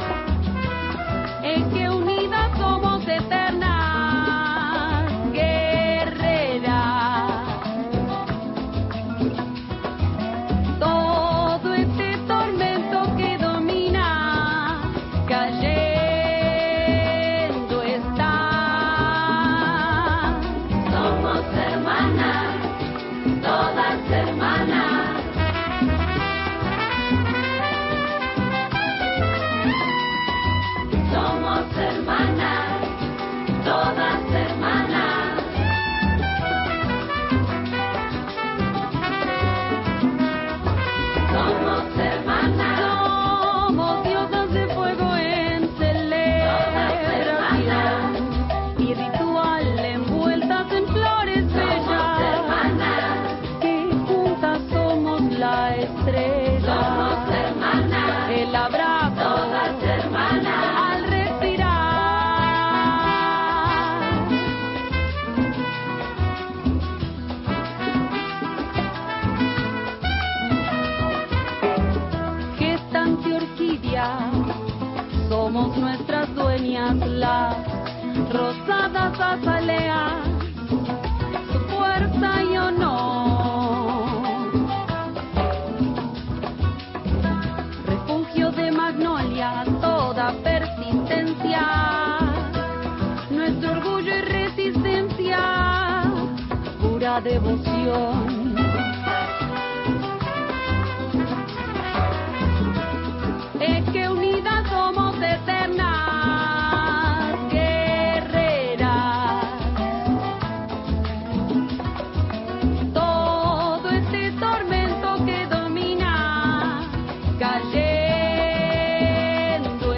Es que unidas somos eternas, guerreras. Todo este tormento que domina, cayendo. la devoción. Es que unidas somos eternas guerreras. Todo este tormento que domina cayendo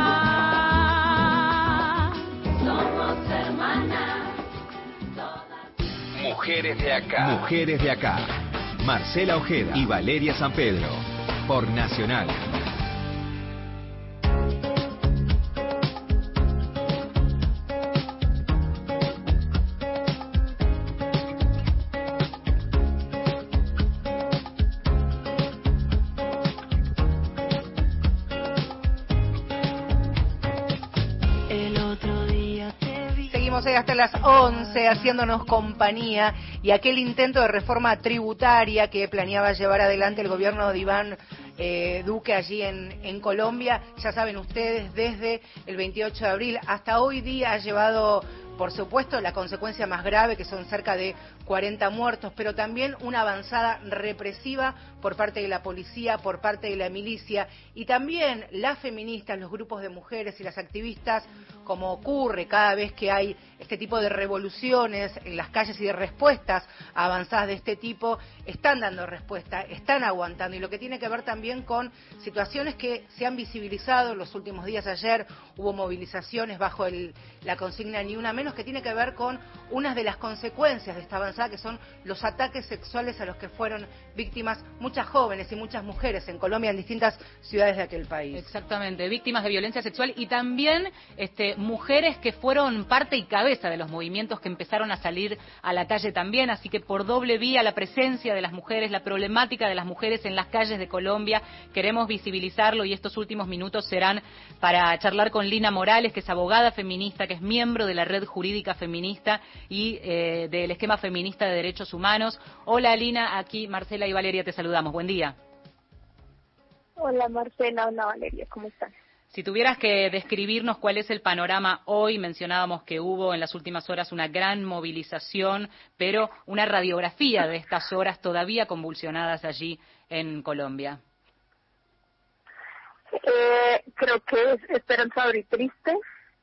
está. Somos hermanas todas. Mujeres de acá. Mujeres de acá. Marcela Ojeda y Valeria San Pedro. Por Nacional. Hasta las 11 haciéndonos compañía, y aquel intento de reforma tributaria que planeaba llevar adelante el gobierno de Iván Duque allí en Colombia, ya saben ustedes, desde el 28 de abril hasta hoy día ha llevado, por supuesto, la consecuencia más grave, que son cerca de 40 muertos, pero también una avanzada represiva por parte de la policía, por parte de la milicia, y también las feministas, los grupos de mujeres y las activistas, como ocurre cada vez que hay este tipo de revoluciones en las calles y de respuestas avanzadas de este tipo, están dando respuesta, están aguantando, y lo que tiene que ver también con situaciones que se han visibilizado en los últimos días. Ayer hubo movilizaciones bajo la consigna Ni Una Menos, que tiene que ver con unas de las consecuencias de esta avanzada, que son los ataques sexuales a los que fueron víctimas muchas jóvenes y muchas mujeres en Colombia, en distintas ciudades de aquel país. Exactamente, víctimas de violencia sexual, y también mujeres que fueron parte y cabeza de los movimientos que empezaron a salir a la calle también, así que por doble vía la presencia de las mujeres, la problemática de las mujeres en las calles de Colombia, queremos visibilizarlo, y estos últimos minutos serán para charlar con Lina Morales, que es abogada feminista, que es miembro de la Red Jurídica Feminista y del Esquema Feminista de Derechos Humanos. Hola Lina, aquí Marcela y Valeria te saludamos, buen día. Hola Marcela, hola Valeria, ¿cómo estás? Si tuvieras que describirnos cuál es el panorama hoy, mencionábamos que hubo en las últimas horas una gran movilización, pero una radiografía de estas horas todavía convulsionadas allí en Colombia. Creo que es esperanzador y triste.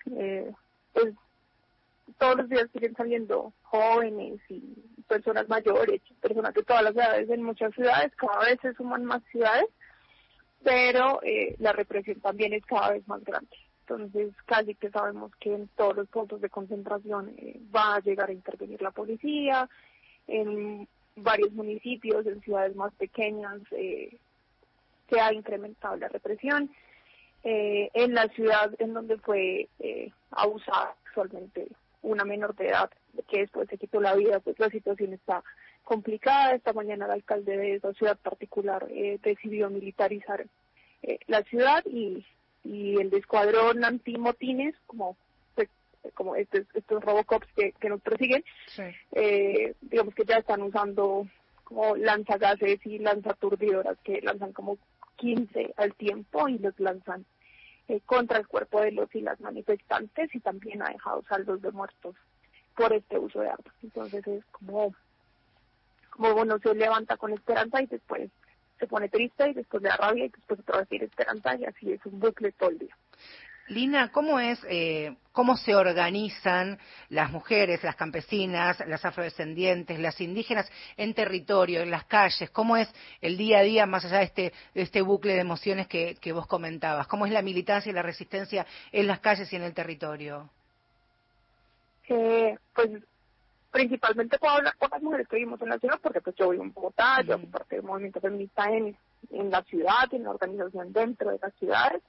Todos los días siguen saliendo jóvenes y personas mayores, personas de todas las edades en muchas ciudades, cada vez se suman más ciudades, pero la represión también es cada vez más grande. Entonces, casi que sabemos que en todos los puntos de concentración va a llegar a intervenir la policía. En varios municipios, en ciudades más pequeñas, se ha incrementado la represión. En la ciudad en donde fue abusada sexualmente una menor de edad, que después se quitó la vida, pues la situación está complicada. Esta mañana el alcalde de esa ciudad particular decidió militarizar la ciudad, y el escuadrón antimotines, como estos Robocops que nos persiguen, sí. Digamos que ya están usando como lanzagases y lanzaturdidoras, que lanzan como 15 al tiempo y los lanzan contra el cuerpo de los y las manifestantes, y también ha dejado saldos de muertos por este uso de armas. Entonces es como uno se levanta con esperanza y después se pone triste, y después le da rabia, y después otra vez tiene esperanza, y así es un bucle todo el día. Lina, ¿cómo se organizan las mujeres, las campesinas, las afrodescendientes, las indígenas en territorio, en las calles? ¿Cómo es el día a día, más allá de este bucle de emociones que vos comentabas? ¿Cómo es la militancia y la resistencia en las calles y en el territorio? Pues principalmente puedo hablar por las mujeres que vivimos en la ciudad, porque pues yo vivo en Bogotá, yo hago parte del movimiento feminista en la ciudad, en la organización dentro de las ciudades.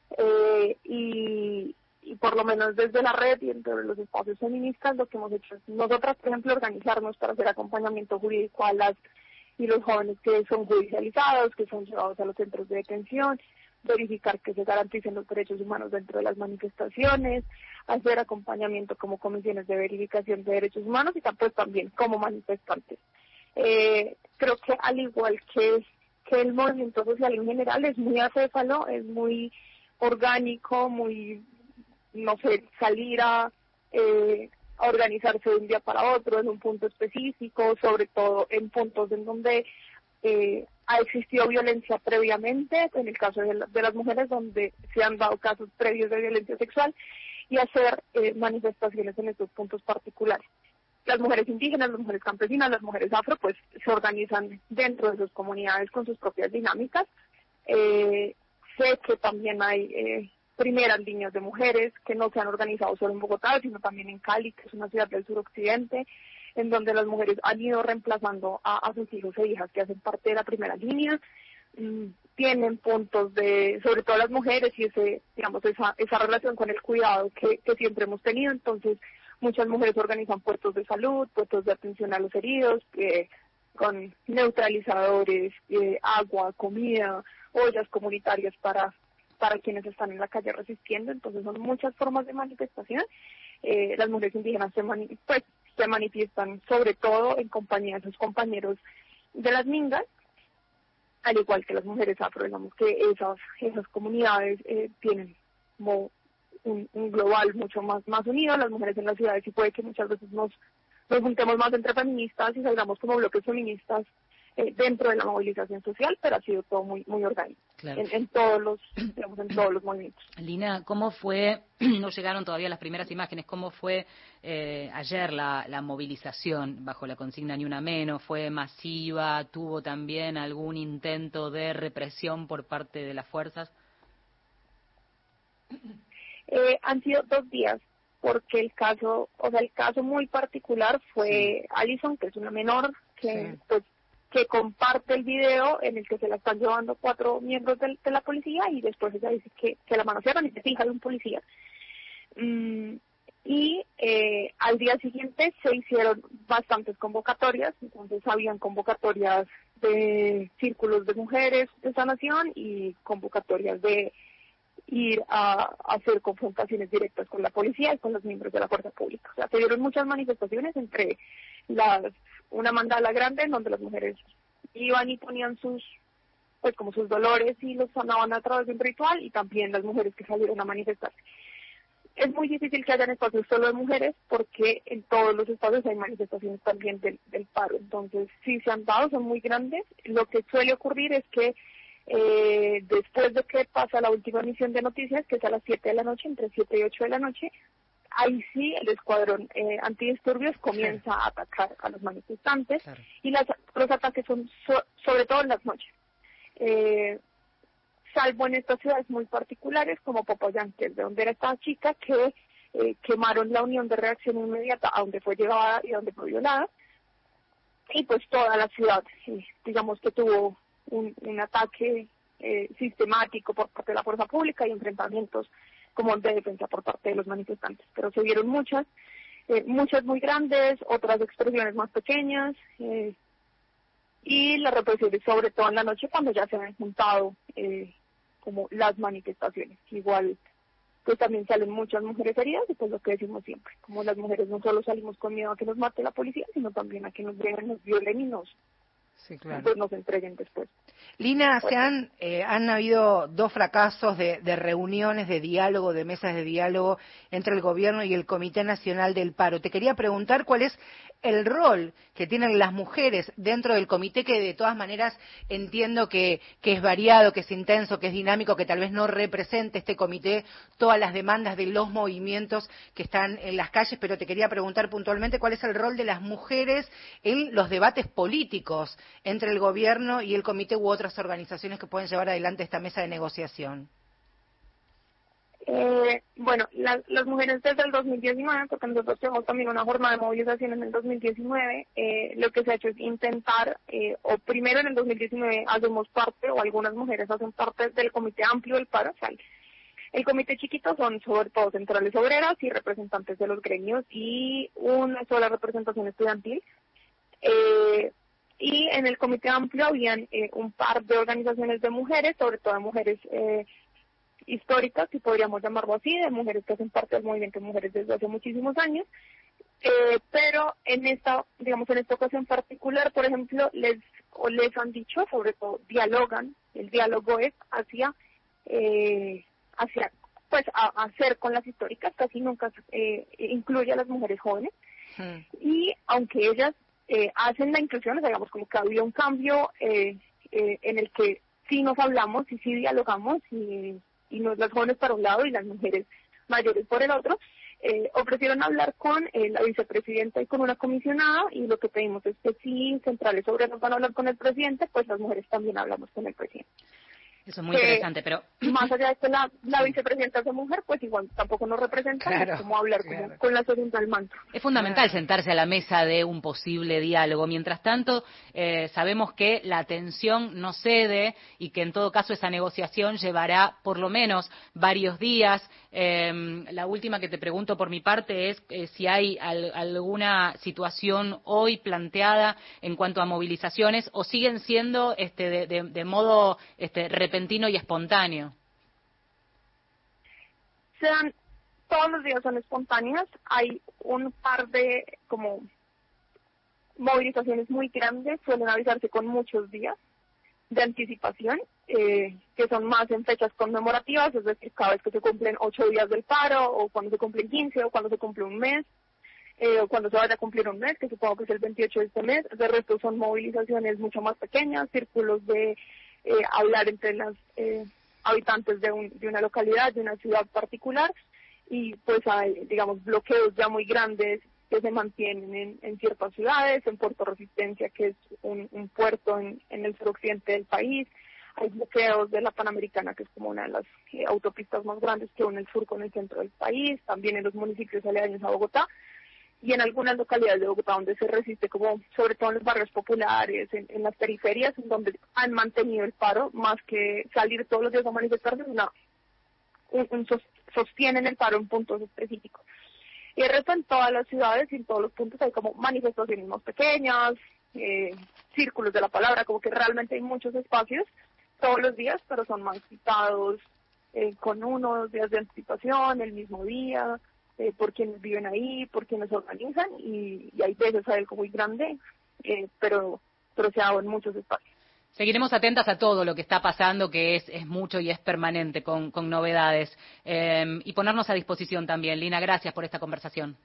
Y por lo menos desde la red y dentro de los espacios feministas, lo que hemos hecho es nosotras, por ejemplo, organizarnos para hacer acompañamiento jurídico a las y los jóvenes que son judicializados, que son llevados a los centros de detención, verificar que se garanticen los derechos humanos dentro de las manifestaciones, hacer acompañamiento como comisiones de verificación de derechos humanos, y pues también como manifestantes. Creo que al igual que el movimiento social en general es muy acéfalo, es muy orgánico, muy, no sé, salir a a organizarse de un día para otro en un punto específico, sobre todo en puntos en donde ha existido violencia previamente, en el caso de las mujeres donde se han dado casos previos de violencia sexual, y hacer manifestaciones en estos puntos particulares. Las mujeres indígenas, las mujeres campesinas, las mujeres afro, pues se organizan dentro de sus comunidades con sus propias dinámicas. Sé que también hay primeras líneas de mujeres que no se han organizado solo en Bogotá, sino también en Cali, que es una ciudad del suroccidente, en donde las mujeres han ido reemplazando a sus hijos e hijas que hacen parte de la primera línea. Tienen puntos sobre todo las mujeres y esa relación con el cuidado que siempre hemos tenido. Entonces, muchas mujeres organizan puestos de salud, puestos de atención a los heridos, con neutralizadores, agua, comida, ollas comunitarias para quienes están en la calle resistiendo. Entonces, son muchas formas de manifestación. Las mujeres indígenas se manifiestan sobre todo en compañía de sus compañeros de las mingas, al igual que las mujeres afro. Digamos que esas comunidades tienen como un global mucho más unido. Las mujeres en las ciudades sí puede que muchas veces nos juntemos más entre feministas y salgamos como bloques feministas dentro de la movilización social, pero ha sido todo muy orgánico, claro, en todos los movimientos. Lina, ¿cómo fue? No llegaron todavía las primeras imágenes. ¿Cómo fue ayer la movilización bajo la consigna Ni Una Menos? ¿Fue masiva? ¿Tuvo también algún intento de represión por parte de las fuerzas? Han sido 2 días, porque el caso muy particular fue Alison, que es una menor que comparte el video en el que se la están llevando 4 miembros de la policía, y después ella dice que la manosearon y es hija de un policía. Al día siguiente se hicieron bastantes convocatorias. Entonces habían convocatorias de círculos de mujeres de sanación y convocatorias de ir a hacer confrontaciones directas con la policía y con los miembros de la fuerza pública. O sea, se dieron muchas manifestaciones, entre una mandala grande en donde las mujeres iban y ponían sus dolores y los sanaban a través de un ritual, y también las mujeres que salieron a manifestarse. Es muy difícil que hayan espacios solo de mujeres, porque en todos los espacios hay manifestaciones también del paro. Entonces, sí se han dado, son muy grandes. Lo que suele ocurrir es que después de que pasa la última emisión de noticias, que es a las 7 de la noche, entre 7 y 8 de la noche, ahí sí el escuadrón antidisturbios comienza a atacar a los manifestantes, y los ataques son sobre todo en las noches, salvo en estas ciudades muy particulares como Popayán, que es de donde era esta chica, que quemaron la unión de reacción inmediata a donde fue llevada y donde fue violada, y pues toda la ciudad, digamos que tuvo un ataque sistemático por parte de la fuerza pública y enfrentamientos como de defensa por parte de los manifestantes. Pero se vieron muchas muy grandes, otras expresiones más pequeñas, y las represiones sobre todo en la noche, cuando ya se han juntado como las manifestaciones. Igual pues también salen muchas mujeres heridas, y pues lo que decimos siempre, como las mujeres no solo salimos con miedo a que nos mate la policía, sino también a que nos lleguen, nos violen y nos entreguen después. Lina, han habido 2 fracasos de reuniones de diálogo, de mesas de diálogo entre el gobierno y el Comité Nacional del Paro. Te quería preguntar cuál es el rol que tienen las mujeres dentro del comité, que de todas maneras entiendo que es variado, que es intenso, que es dinámico, que tal vez no represente este comité todas las demandas de los movimientos que están en las calles, pero te quería preguntar puntualmente cuál es el rol de las mujeres en los debates políticos entre el gobierno y el comité u otras organizaciones que pueden llevar adelante esta mesa de negociación. Las mujeres desde el 2019, porque nosotros tenemos también una jornada de movilización en el 2019, lo que se ha hecho es intentar, o primero en el 2019 hacemos parte, o algunas mujeres hacen parte del Comité Amplio del Paro. O sea, el comité chiquito son sobre todo centrales obreras y representantes de los gremios y una sola representación estudiantil. Y en el Comité Amplio habían un par de organizaciones de mujeres, sobre todo de mujeres históricas, si podríamos llamarlo así, de mujeres que hacen parte del movimiento de mujeres desde hace muchísimos años, pero en esta ocasión particular, por ejemplo, les han dicho, sobre todo dialogan, el diálogo es hacia pues a hacer con las históricas, casi nunca incluye a las mujeres jóvenes. Y aunque ellas hacen la inclusión, digamos como que había un cambio en el que sí nos hablamos y sí dialogamos, y las jóvenes para un lado y las mujeres mayores por el otro, ofrecieron hablar con la vicepresidenta y con una comisionada, y lo que pedimos es que si centrales obreras van a hablar con el presidente, pues las mujeres también hablamos con el presidente. Eso es muy interesante, pero... Más allá de que la vicepresidenta es mujer, pues igual tampoco nos representa, claro, es como hablar con la segunda al manto. Es fundamental sentarse a la mesa de un posible diálogo. Mientras tanto, sabemos que la tensión no cede y que en todo caso esa negociación llevará por lo menos varios días. La última que te pregunto por mi parte es si hay alguna situación hoy planteada en cuanto a movilizaciones, o siguen siendo de modo repentino y espontáneo. Todos los días son espontáneas. Hay un par de como movilizaciones muy grandes, suelen avisarse con muchos días de anticipación, que son más en fechas conmemorativas, es decir, cada vez que se cumplen 8 días del paro, o cuando se cumplen 15, o cuando se cumple un mes, o cuando se vaya a cumplir un mes, que supongo que es el 28 de este mes. De resto son movilizaciones mucho más pequeñas, círculos de hablar entre las habitantes de una localidad, de una ciudad particular, y pues hay, digamos, bloqueos ya muy grandes que se mantienen en ciertas ciudades. En Puerto Resistencia, que es un puerto en el suroccidente del país, hay bloqueos de la Panamericana, que es como una de las autopistas más grandes que une el sur con el centro del país, también en los municipios aledaños a Bogotá, y en algunas localidades de Bogotá donde se resiste, como sobre todo en los barrios populares, en las periferias, en donde han mantenido el paro, más que salir todos los días a manifestarse, sostienen el paro en puntos específicos. Y el resto, en todas las ciudades y en todos los puntos hay como manifestaciones más pequeñas, círculos de la palabra, como que realmente hay muchos espacios todos los días, pero son más citados, con 1 o 2 días de anticipación, el mismo día, por quienes viven ahí, por quienes organizan, y hay veces algo muy grande, pero se hago en muchos espacios. Seguiremos atentas a todo lo que está pasando, que es mucho y es permanente, con novedades, y ponernos a disposición también. Lina, gracias por esta conversación.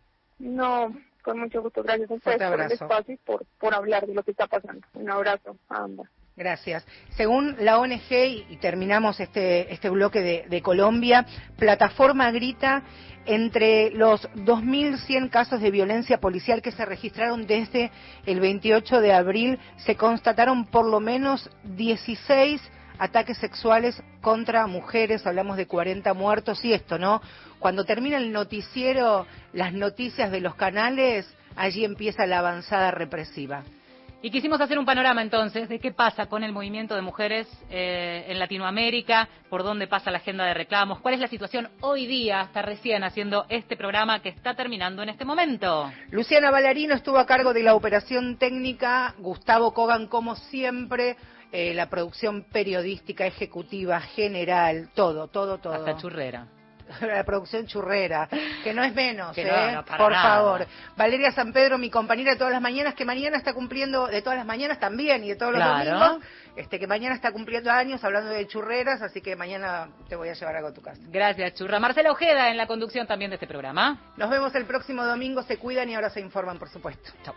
No, con mucho gusto. Gracias a ustedes por el espacio y por hablar de lo que está pasando. Un abrazo a ambas. Gracias. Según la ONG, y terminamos este bloque de Colombia, Plataforma grita, entre los 2.100 casos de violencia policial que se registraron desde el 28 de abril, se constataron por lo menos 16 ataques sexuales contra mujeres. Hablamos de 40 muertos, y esto, ¿no? Cuando termina el noticiero, las noticias de los canales, allí empieza la avanzada represiva. Y quisimos hacer un panorama entonces de qué pasa con el movimiento de mujeres en Latinoamérica, por dónde pasa la agenda de reclamos, cuál es la situación hoy día, hasta recién haciendo este programa que está terminando en este momento. Luciana Ballarino estuvo a cargo de la operación técnica, Gustavo Kogan como siempre, la producción periodística, ejecutiva, general, todo. Hasta churrera. La producción churrera, que no es menos, que no, por nada. favor. Valeria San Pedro, mi compañera de todas las mañanas, que mañana está cumpliendo, de todas las mañanas también, y de todos los domingos, que mañana está cumpliendo años hablando de churreras, así que mañana te voy a llevar algo a tu casa. Gracias, Churra. Marcela Ojeda en la conducción también de este programa. Nos vemos el próximo domingo, se cuidan y ahora se informan, por supuesto. Chao.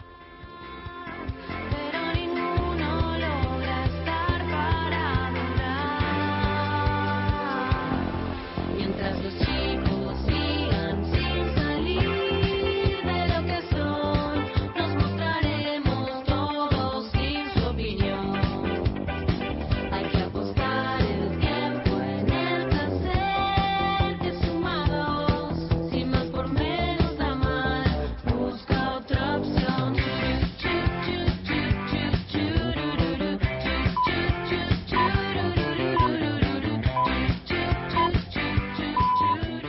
Mientras los chicos